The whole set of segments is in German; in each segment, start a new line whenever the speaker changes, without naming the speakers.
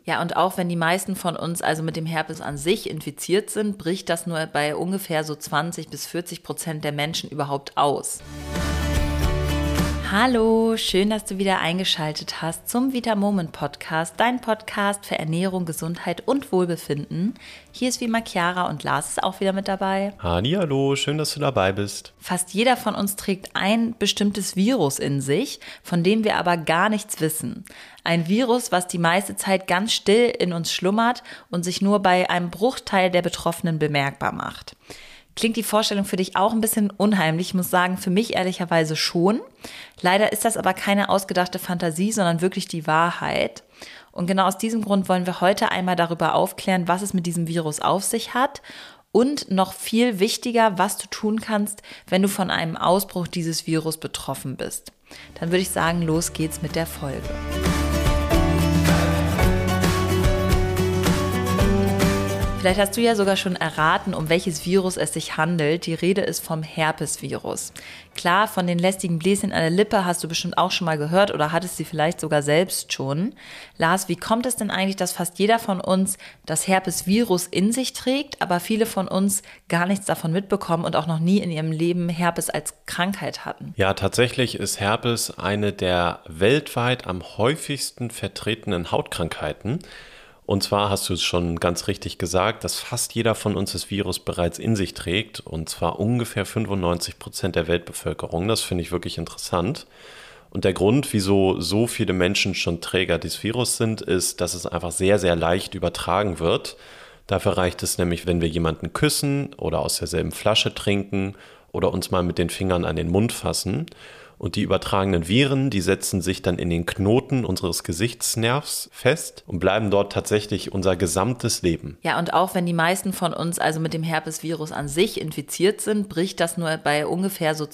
Ja, und auch wenn die meisten von uns also mit dem Herpes an sich infiziert sind, bricht das nur bei ungefähr so 20-40% der Menschen überhaupt aus. Hallo, schön, dass du wieder eingeschaltet hast zum Vita Moment Podcast, dein Podcast für Ernährung, Gesundheit und Wohlbefinden. Hier ist wie immer Chiara und Lars ist auch wieder mit dabei.
Hallo, schön, dass du dabei bist.
Fast jeder von uns trägt ein bestimmtes Virus in sich, von dem wir aber gar nichts wissen. Ein Virus, was die meiste Zeit ganz still in uns schlummert und sich nur bei einem Bruchteil der Betroffenen bemerkbar macht. Klingt die Vorstellung für dich auch ein bisschen unheimlich? Ich muss sagen, für mich ehrlicherweise schon. Leider ist das aber keine ausgedachte Fantasie, sondern wirklich die Wahrheit. Und genau aus diesem Grund wollen wir heute einmal darüber aufklären, was es mit diesem Virus auf sich hat und noch viel wichtiger, was du tun kannst, wenn du von einem Ausbruch dieses Virus betroffen bist. Dann würde ich sagen, los geht's mit der Folge. Vielleicht hast du ja sogar schon erraten, um welches Virus es sich handelt. Die Rede ist vom Herpesvirus. Klar, von den lästigen Bläschen an der Lippe hast du bestimmt auch schon mal gehört oder hattest sie vielleicht sogar selbst schon. Lars, wie kommt es denn eigentlich, dass fast jeder von uns das Herpesvirus in sich trägt, aber viele von uns gar nichts davon mitbekommen und auch noch nie in ihrem Leben Herpes als Krankheit hatten?
Ja, tatsächlich ist Herpes eine der weltweit am häufigsten vertretenen Hautkrankheiten. Und zwar hast du es schon ganz richtig gesagt, dass fast jeder von uns das Virus bereits in sich trägt, und zwar ungefähr 95% der Weltbevölkerung. Das finde ich wirklich interessant. Und der Grund, wieso so viele Menschen schon Träger des Virus sind, ist, dass es einfach sehr, sehr leicht übertragen wird. Dafür reicht es nämlich, wenn wir jemanden küssen oder aus derselben Flasche trinken oder uns mal mit den Fingern an den Mund fassen. Und die übertragenen Viren, die setzen sich dann in den Knoten unseres Gesichtsnervs fest und bleiben dort tatsächlich unser gesamtes Leben.
Ja, und auch wenn die meisten von uns also mit dem Herpesvirus an sich infiziert sind, bricht das nur bei ungefähr so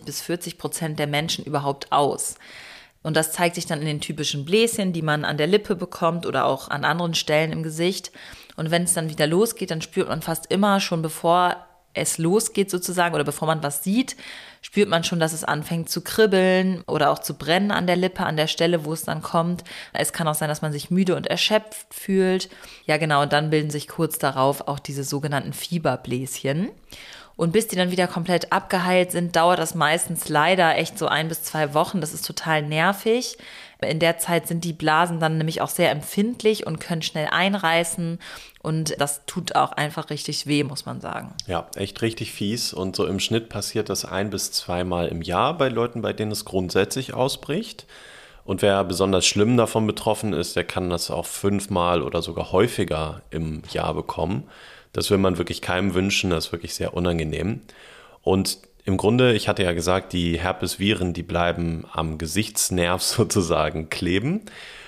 20-40% der Menschen überhaupt aus. Und das zeigt sich dann in den typischen Bläschen, die man an der Lippe bekommt oder auch an anderen Stellen im Gesicht. Und wenn es dann wieder losgeht, dann spürt man fast immer schon bevor es losgeht sozusagen oder bevor man was sieht, spürt man schon, dass es anfängt zu kribbeln oder auch zu brennen an der Lippe, an der Stelle, wo es dann kommt. Es kann auch sein, dass man sich müde und erschöpft fühlt. Ja genau, und dann bilden sich kurz darauf auch diese sogenannten Fieberbläschen. Und bis die dann wieder komplett abgeheilt sind, dauert das meistens leider echt so 1 bis 2 Wochen. Das ist total nervig. In der Zeit sind die Blasen dann nämlich auch sehr empfindlich und können schnell einreißen. Und das tut auch einfach richtig weh, muss man sagen.
Ja, echt richtig fies. Und so im Schnitt passiert das 1 bis 2 Mal im Jahr bei Leuten, bei denen es grundsätzlich ausbricht. Und wer besonders schlimm davon betroffen ist, der kann das auch 5 Mal oder sogar häufiger im Jahr bekommen. Das will man wirklich keinem wünschen, das ist wirklich sehr unangenehm. Und im Grunde, ich hatte ja gesagt, die Herpesviren, die bleiben am Gesichtsnerv sozusagen kleben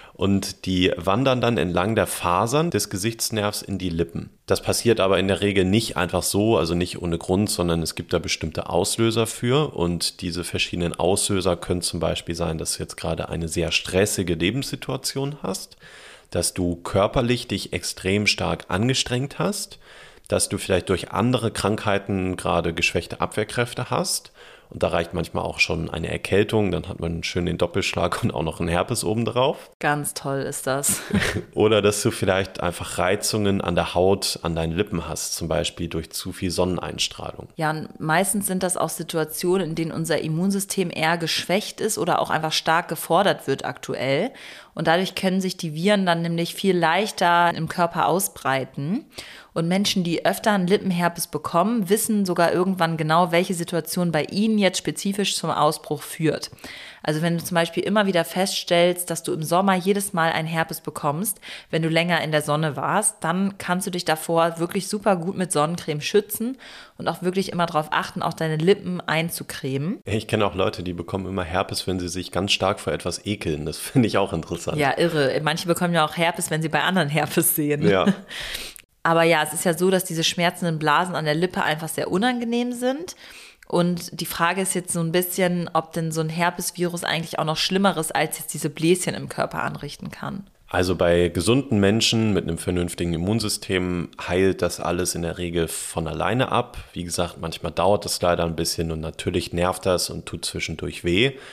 und die wandern dann entlang der Fasern des Gesichtsnervs in die Lippen. Das passiert aber in der Regel nicht einfach so, also nicht ohne Grund, sondern es gibt da bestimmte Auslöser für und diese verschiedenen Auslöser können zum Beispiel sein, dass du jetzt gerade eine sehr stressige Lebenssituation hast, dass du körperlich dich extrem stark angestrengt hast, dass du vielleicht durch andere Krankheiten gerade geschwächte Abwehrkräfte hast. Und da reicht manchmal auch schon eine Erkältung, dann hat man schön den Doppelschlag und auch noch einen Herpes obendrauf.
Ganz toll ist das.
Oder dass du vielleicht einfach Reizungen an der Haut, an deinen Lippen hast, zum Beispiel durch zu viel Sonneneinstrahlung.
Ja, und meistens sind das auch Situationen, in denen unser Immunsystem eher geschwächt ist oder auch einfach stark gefordert wird aktuell. Und dadurch können sich die Viren dann nämlich viel leichter im Körper ausbreiten. Und Menschen, die öfter einen Lippenherpes bekommen, wissen sogar irgendwann genau, welche Situation bei ihnen jetzt spezifisch zum Ausbruch führt. Also wenn du zum Beispiel immer wieder feststellst, dass du im Sommer jedes Mal einen Herpes bekommst, wenn du länger in der Sonne warst, dann kannst du dich davor wirklich super gut mit Sonnencreme schützen und auch wirklich immer darauf achten, auch deine Lippen einzucremen.
Ich kenne auch Leute, die bekommen immer Herpes, wenn sie sich ganz stark vor etwas ekeln. Das finde ich auch interessant.
Ja, irre. Manche bekommen ja auch Herpes, wenn sie bei anderen Herpes sehen.
Ja.
Aber ja, es ist ja so, dass diese schmerzenden Blasen an der Lippe einfach sehr unangenehm sind. Und die Frage ist jetzt so ein bisschen, ob denn so ein Herpesvirus eigentlich auch noch Schlimmeres als jetzt diese Bläschen im Körper anrichten kann.
Also bei gesunden Menschen mit einem vernünftigen Immunsystem heilt das alles in der Regel von alleine ab. Wie gesagt, manchmal dauert das leider ein bisschen und natürlich nervt das und tut zwischendurch weh.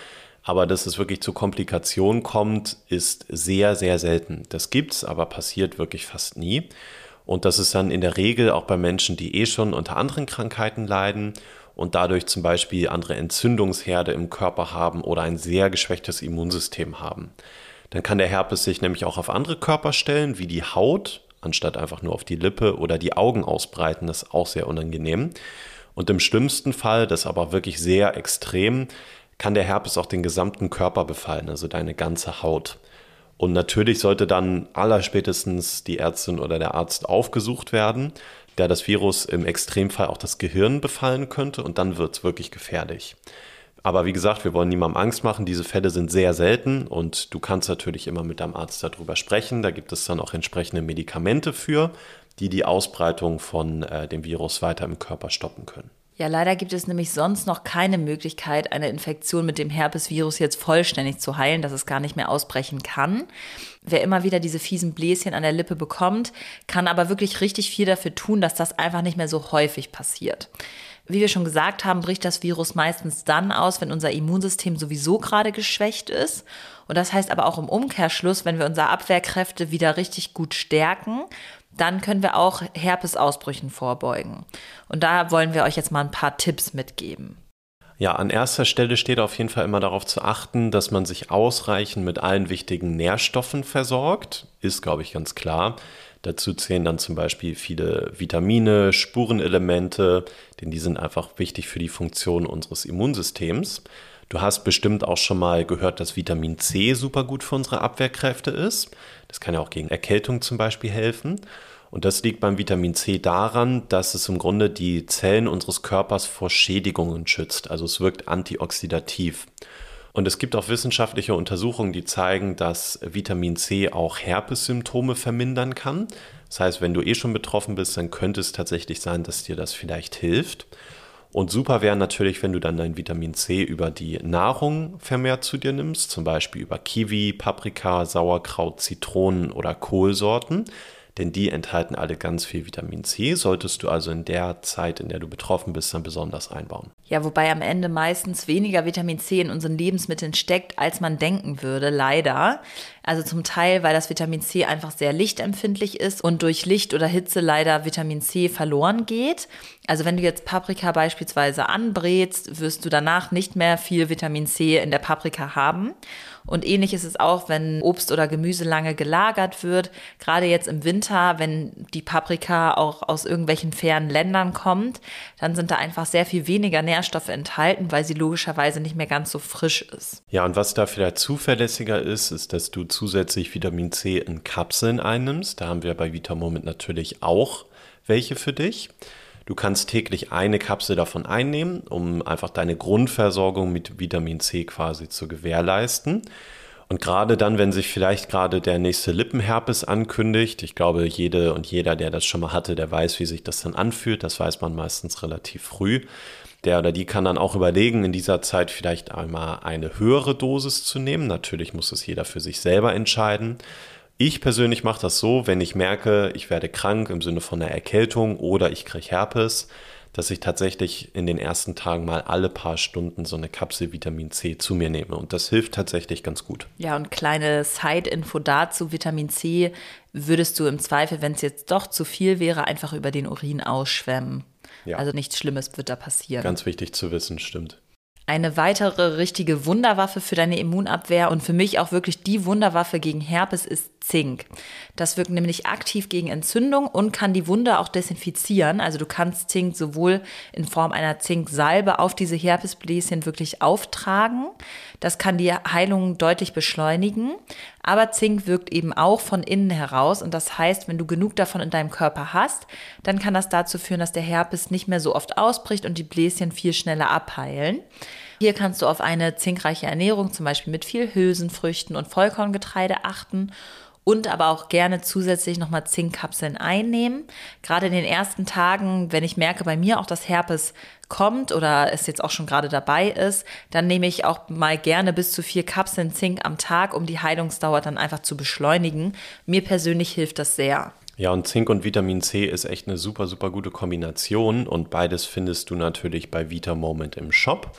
Aber dass es wirklich zu Komplikationen kommt, ist sehr, sehr selten. Das gibt's, aber passiert wirklich fast nie. Und das ist dann in der Regel auch bei Menschen, die schon unter anderen Krankheiten leiden und dadurch zum Beispiel andere Entzündungsherde im Körper haben oder ein sehr geschwächtes Immunsystem haben. Dann kann der Herpes sich nämlich auch auf andere Körperstellen wie die Haut, anstatt einfach nur auf die Lippe oder die Augen ausbreiten. Das ist auch sehr unangenehm. Und im schlimmsten Fall, das ist aber wirklich sehr extrem, kann der Herpes auch den gesamten Körper befallen, also deine ganze Haut. Und natürlich sollte dann allerspätestens die Ärztin oder der Arzt aufgesucht werden, da das Virus im Extremfall auch das Gehirn befallen könnte und dann wird es wirklich gefährlich. Aber wie gesagt, wir wollen niemandem Angst machen, diese Fälle sind sehr selten und du kannst natürlich immer mit deinem Arzt darüber sprechen. Da gibt es dann auch entsprechende Medikamente für, die die Ausbreitung von dem Virus weiter im Körper stoppen können.
Ja, leider gibt es nämlich sonst noch keine Möglichkeit, eine Infektion mit dem Herpesvirus jetzt vollständig zu heilen, dass es gar nicht mehr ausbrechen kann. Wer immer wieder diese fiesen Bläschen an der Lippe bekommt, kann aber wirklich richtig viel dafür tun, dass das einfach nicht mehr so häufig passiert. Wie wir schon gesagt haben, bricht das Virus meistens dann aus, wenn unser Immunsystem sowieso gerade geschwächt ist. Und das heißt aber auch im Umkehrschluss, wenn wir unsere Abwehrkräfte wieder richtig gut stärken, dann können wir auch Herpesausbrüchen vorbeugen. Und da wollen wir euch jetzt mal ein paar Tipps mitgeben.
Ja, an erster Stelle steht auf jeden Fall immer darauf zu achten, dass man sich ausreichend mit allen wichtigen Nährstoffen versorgt. Ist, glaube ich, ganz klar. Dazu zählen dann zum Beispiel viele Vitamine, Spurenelemente, denn die sind einfach wichtig für die Funktion unseres Immunsystems. Du hast bestimmt auch schon mal gehört, dass Vitamin C super gut für unsere Abwehrkräfte ist. Das kann ja auch gegen Erkältung zum Beispiel helfen. Und das liegt beim Vitamin C daran, dass es im Grunde die Zellen unseres Körpers vor Schädigungen schützt. Also es wirkt antioxidativ. Und es gibt auch wissenschaftliche Untersuchungen, die zeigen, dass Vitamin C auch Herpessymptome vermindern kann. Das heißt, wenn du schon betroffen bist, dann könnte es tatsächlich sein, dass dir das vielleicht hilft. Und super wäre natürlich, wenn du dann dein Vitamin C über die Nahrung vermehrt zu dir nimmst, zum Beispiel über Kiwi, Paprika, Sauerkraut, Zitronen oder Kohlsorten. Denn die enthalten alle ganz viel Vitamin C, solltest du also in der Zeit, in der du betroffen bist, dann besonders einbauen.
Ja, wobei am Ende meistens weniger Vitamin C in unseren Lebensmitteln steckt, als man denken würde, leider. Also zum Teil, weil das Vitamin C einfach sehr lichtempfindlich ist und durch Licht oder Hitze leider Vitamin C verloren geht. Also wenn du jetzt Paprika beispielsweise anbrätst, wirst du danach nicht mehr viel Vitamin C in der Paprika haben. Und ähnlich ist es auch, wenn Obst oder Gemüse lange gelagert wird. Gerade jetzt im Winter, wenn die Paprika auch aus irgendwelchen fernen Ländern kommt, dann sind da einfach sehr viel weniger Nährstoffe enthalten, weil sie logischerweise nicht mehr ganz so frisch ist.
Ja, und was da vielleicht zuverlässiger ist, ist, dass du zusätzlich Vitamin C in Kapseln einnimmst. Da haben wir bei Vitamoment natürlich auch welche für dich. Du kannst täglich eine Kapsel davon einnehmen, um einfach deine Grundversorgung mit Vitamin C quasi zu gewährleisten. Und gerade dann, wenn sich vielleicht gerade der nächste Lippenherpes ankündigt, ich glaube, jede und jeder, der das schon mal hatte, der weiß, wie sich das dann anfühlt. Das weiß man meistens relativ früh. Der oder die kann dann auch überlegen, in dieser Zeit vielleicht einmal eine höhere Dosis zu nehmen. Natürlich muss es jeder für sich selber entscheiden. Ich persönlich mache das so, wenn ich merke, ich werde krank im Sinne von einer Erkältung oder ich kriege Herpes, dass ich tatsächlich in den ersten Tagen mal alle paar Stunden so eine Kapsel Vitamin C zu mir nehme. Und das hilft tatsächlich ganz gut.
Ja, und kleine Side-Info dazu, Vitamin C würdest du im Zweifel, wenn es jetzt doch zu viel wäre, einfach über den Urin ausschwemmen. Ja. Also nichts Schlimmes wird da passieren.
Ganz wichtig zu wissen, stimmt.
Eine weitere richtige Wunderwaffe für deine Immunabwehr und für mich auch wirklich die Wunderwaffe gegen Herpes ist Zink. Das wirkt nämlich aktiv gegen Entzündung und kann die Wunde auch desinfizieren. Also du kannst Zink sowohl in Form einer Zinksalbe auf diese Herpesbläschen wirklich auftragen. Das kann die Heilung deutlich beschleunigen. Aber Zink wirkt eben auch von innen heraus. Und das heißt, wenn du genug davon in deinem Körper hast, dann kann das dazu führen, dass der Herpes nicht mehr so oft ausbricht und die Bläschen viel schneller abheilen. Hier kannst du auf eine zinkreiche Ernährung, zum Beispiel mit viel Hülsenfrüchten und Vollkorngetreide achten und aber auch gerne zusätzlich nochmal Zinkkapseln einnehmen. Gerade in den ersten Tagen, wenn ich merke bei mir auch, dass Herpes kommt oder es jetzt auch schon gerade dabei ist, dann nehme ich auch mal gerne bis zu 4 Kapseln Zink am Tag, um die Heilungsdauer dann einfach zu beschleunigen. Mir persönlich hilft das sehr.
Ja, und Zink und Vitamin C ist echt eine super, super gute Kombination und beides findest du natürlich bei Vitamoment im Shop.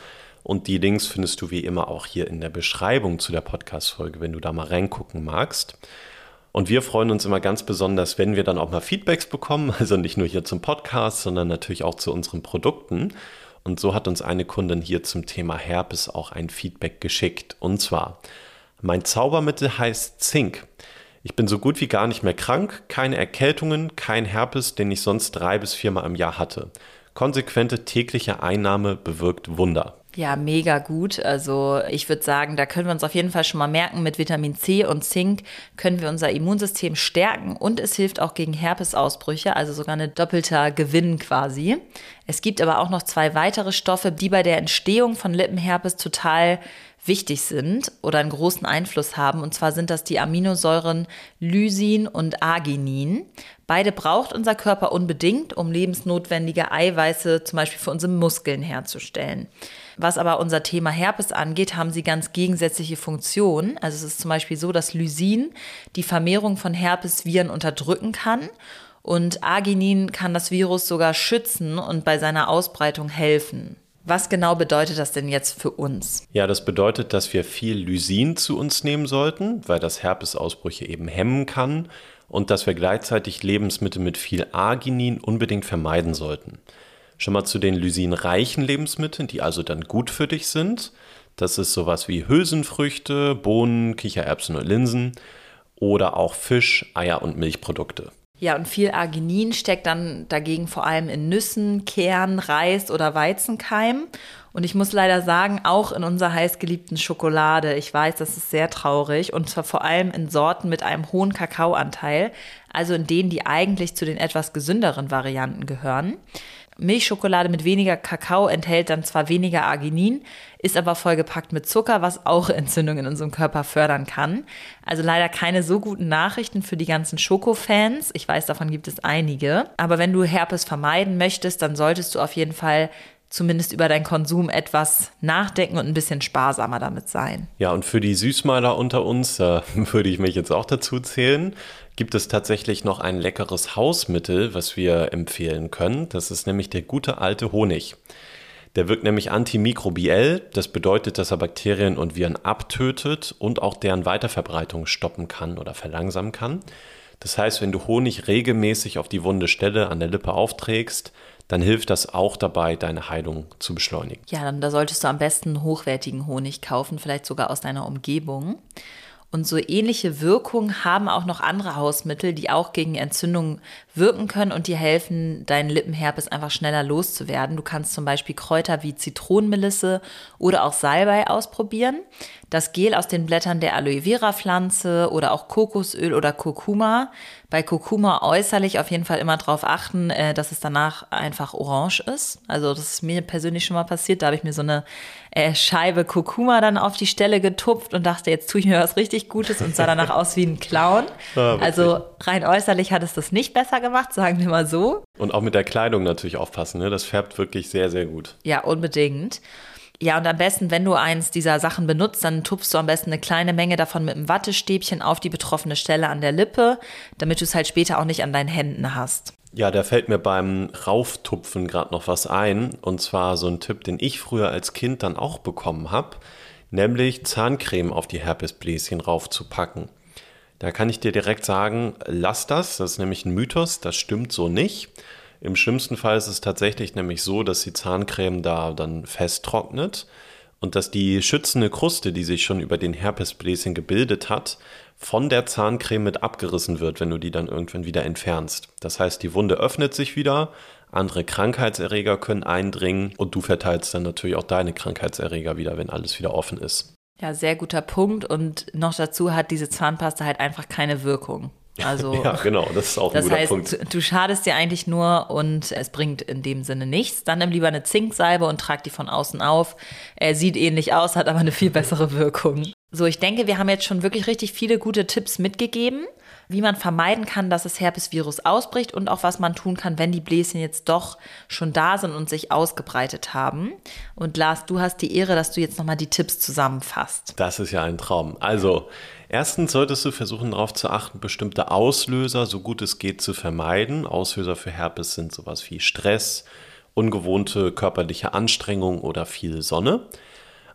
Und die Links findest du wie immer auch hier in der Beschreibung zu der Podcast-Folge, wenn du da mal reingucken magst. Und wir freuen uns immer ganz besonders, wenn wir dann auch mal Feedbacks bekommen, also nicht nur hier zum Podcast, sondern natürlich auch zu unseren Produkten. Und so hat uns eine Kundin hier zum Thema Herpes auch ein Feedback geschickt. Und zwar, mein Zaubermittel heißt Zink. Ich bin so gut wie gar nicht mehr krank, keine Erkältungen, kein Herpes, den ich sonst 3 bis 4 Mal im Jahr hatte. Konsequente tägliche Einnahme bewirkt Wunder.
Ja, mega gut. Also ich würde sagen, da können wir uns auf jeden Fall schon mal merken, mit Vitamin C und Zink können wir unser Immunsystem stärken und es hilft auch gegen Herpesausbrüche, also sogar ein doppelter Gewinn quasi. Es gibt aber auch noch 2 weitere Stoffe, die bei der Entstehung von Lippenherpes total wichtig sind oder einen großen Einfluss haben. Und zwar sind das die Aminosäuren Lysin und Arginin. Beide braucht unser Körper unbedingt, um lebensnotwendige Eiweiße zum Beispiel für unsere Muskeln herzustellen. Was aber unser Thema Herpes angeht, haben sie ganz gegensätzliche Funktionen. Also es ist zum Beispiel so, dass Lysin die Vermehrung von Herpesviren unterdrücken kann und Arginin kann das Virus sogar schützen und bei seiner Ausbreitung helfen. Was genau bedeutet das denn jetzt für uns?
Ja, das bedeutet, dass wir viel Lysin zu uns nehmen sollten, weil das Herpesausbrüche eben hemmen kann und dass wir gleichzeitig Lebensmittel mit viel Arginin unbedingt vermeiden sollten. Schon mal zu den lysinreichen Lebensmitteln, die also dann gut für dich sind. Das ist sowas wie Hülsenfrüchte, Bohnen, Kichererbsen und Linsen oder auch Fisch, Eier und Milchprodukte.
Ja, und viel Arginin steckt dann dagegen vor allem in Nüssen, Kern, Reis oder Weizenkeim. Und ich muss leider sagen, auch in unserer heißgeliebten Schokolade. Ich weiß, das ist sehr traurig. Und zwar vor allem in Sorten mit einem hohen Kakaoanteil. Also in denen, die eigentlich zu den etwas gesünderen Varianten gehören. Milchschokolade mit weniger Kakao enthält dann zwar weniger Arginin, ist aber vollgepackt mit Zucker, was auch Entzündungen in unserem Körper fördern kann. Also leider keine so guten Nachrichten für die ganzen Schokofans. Ich weiß, davon gibt es einige. Aber wenn du Herpes vermeiden möchtest, dann solltest du auf jeden Fall zumindest über deinen Konsum etwas nachdenken und ein bisschen sparsamer damit sein.
Ja, und für die Süßmaler unter uns, würde ich mich jetzt auch dazu zählen, gibt es tatsächlich noch ein leckeres Hausmittel, was wir empfehlen können. Das ist nämlich der gute alte Honig. Der wirkt nämlich antimikrobiell. Das bedeutet, dass er Bakterien und Viren abtötet und auch deren Weiterverbreitung stoppen kann oder verlangsamen kann. Das heißt, wenn du Honig regelmäßig auf die wunde Stelle an der Lippe aufträgst, dann hilft das auch dabei, deine Heilung zu beschleunigen.
Ja, dann da solltest du am besten hochwertigen Honig kaufen, vielleicht sogar aus deiner Umgebung. Und so ähnliche Wirkungen haben auch noch andere Hausmittel, die auch gegen Entzündungen wirken können und dir helfen, deinen Lippenherpes einfach schneller loszuwerden. Du kannst zum Beispiel Kräuter wie Zitronenmelisse oder auch Salbei ausprobieren. Das Gel aus den Blättern der Aloe Vera Pflanze oder auch Kokosöl oder Kurkuma. Bei Kurkuma äußerlich auf jeden Fall immer darauf achten, dass es danach einfach orange ist. Also das ist mir persönlich schon mal passiert. Da habe ich mir so eine Scheibe Kurkuma dann auf die Stelle getupft und dachte, jetzt tue ich mir was richtig Gutes und sah danach aus wie ein Clown. Also rein äußerlich hat es das nicht besser gemacht, sagen wir mal so.
Und auch mit der Kleidung natürlich aufpassen, ne? Das färbt wirklich sehr, sehr gut.
Ja, unbedingt. Ja, und am besten, wenn du eins dieser Sachen benutzt, dann tupfst du am besten eine kleine Menge davon mit einem Wattestäbchen auf die betroffene Stelle an der Lippe, damit du es halt später auch nicht an deinen Händen hast.
Ja, da fällt mir beim Rauftupfen gerade noch was ein. Und zwar so ein Tipp, den ich früher als Kind dann auch bekommen habe, nämlich Zahncreme auf die Herpesbläschen raufzupacken. Da kann ich dir direkt sagen, lass das. Das ist nämlich ein Mythos, das stimmt so nicht. Im schlimmsten Fall ist es tatsächlich nämlich so, dass die Zahncreme da dann festtrocknet und dass die schützende Kruste, die sich schon über den Herpesbläschen gebildet hat, von der Zahncreme mit abgerissen wird, wenn du die dann irgendwann wieder entfernst. Das heißt, die Wunde öffnet sich wieder, andere Krankheitserreger können eindringen und du verteilst dann natürlich auch deine Krankheitserreger wieder, wenn alles wieder offen ist.
Ja, sehr guter Punkt und noch dazu hat diese Zahnpasta halt einfach keine Wirkung. Also,
ja, genau, das ist auch ein guter Punkt.
Das heißt, du schadest dir eigentlich nur und es bringt in dem Sinne nichts. Dann nimm lieber eine Zinksalbe und trag die von außen auf. Er sieht ähnlich aus, hat aber eine viel bessere Wirkung. So, ich denke, wir haben jetzt schon wirklich richtig viele gute Tipps mitgegeben, wie man vermeiden kann, dass das Herpesvirus ausbricht und auch was man tun kann, wenn die Bläschen jetzt doch schon da sind und sich ausgebreitet haben. Und Lars, du hast die Ehre, dass du jetzt nochmal die Tipps zusammenfasst.
Das ist ja ein Traum. Also, erstens solltest du versuchen, darauf zu achten, bestimmte Auslöser, so gut es geht, zu vermeiden. Auslöser für Herpes sind sowas wie Stress, ungewohnte körperliche Anstrengung oder viel Sonne.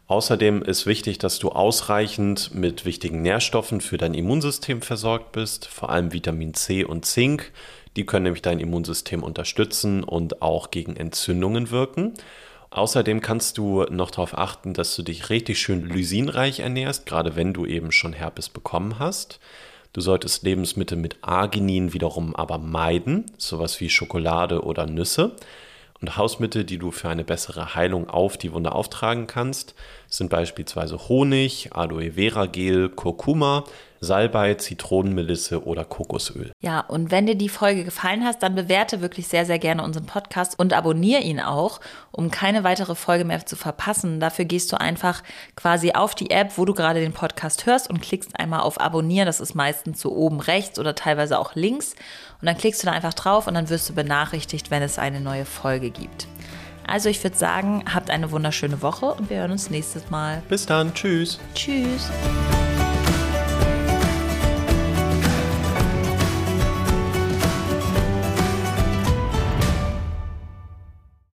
Außerdem ist wichtig, dass du ausreichend mit wichtigen Nährstoffen für dein Immunsystem versorgt bist, vor allem Vitamin C und Zink. Die können nämlich dein Immunsystem unterstützen und auch gegen Entzündungen wirken. Außerdem kannst du noch darauf achten, dass du dich richtig schön lysinreich ernährst, gerade wenn du eben schon Herpes bekommen hast. Du solltest Lebensmittel mit Arginin wiederum aber meiden, sowas wie Schokolade oder Nüsse. Und Hausmittel, die du für eine bessere Heilung auf die Wunde auftragen kannst, sind beispielsweise Honig, Aloe Vera Gel, Kurkuma, Salbei, Zitronenmelisse oder Kokosöl.
Ja, und wenn dir die Folge gefallen hat, dann bewerte wirklich sehr, sehr gerne unseren Podcast und abonniere ihn auch, um keine weitere Folge mehr zu verpassen. Dafür gehst du einfach quasi auf die App, wo du gerade den Podcast hörst und klickst einmal auf Abonnieren. Das ist meistens so oben rechts oder teilweise auch links. Und dann klickst du da einfach drauf und dann wirst du benachrichtigt, wenn es eine neue Folge gibt. Also ich würde sagen, habt eine wunderschöne Woche und wir hören uns nächstes Mal.
Bis dann, tschüss.
Tschüss.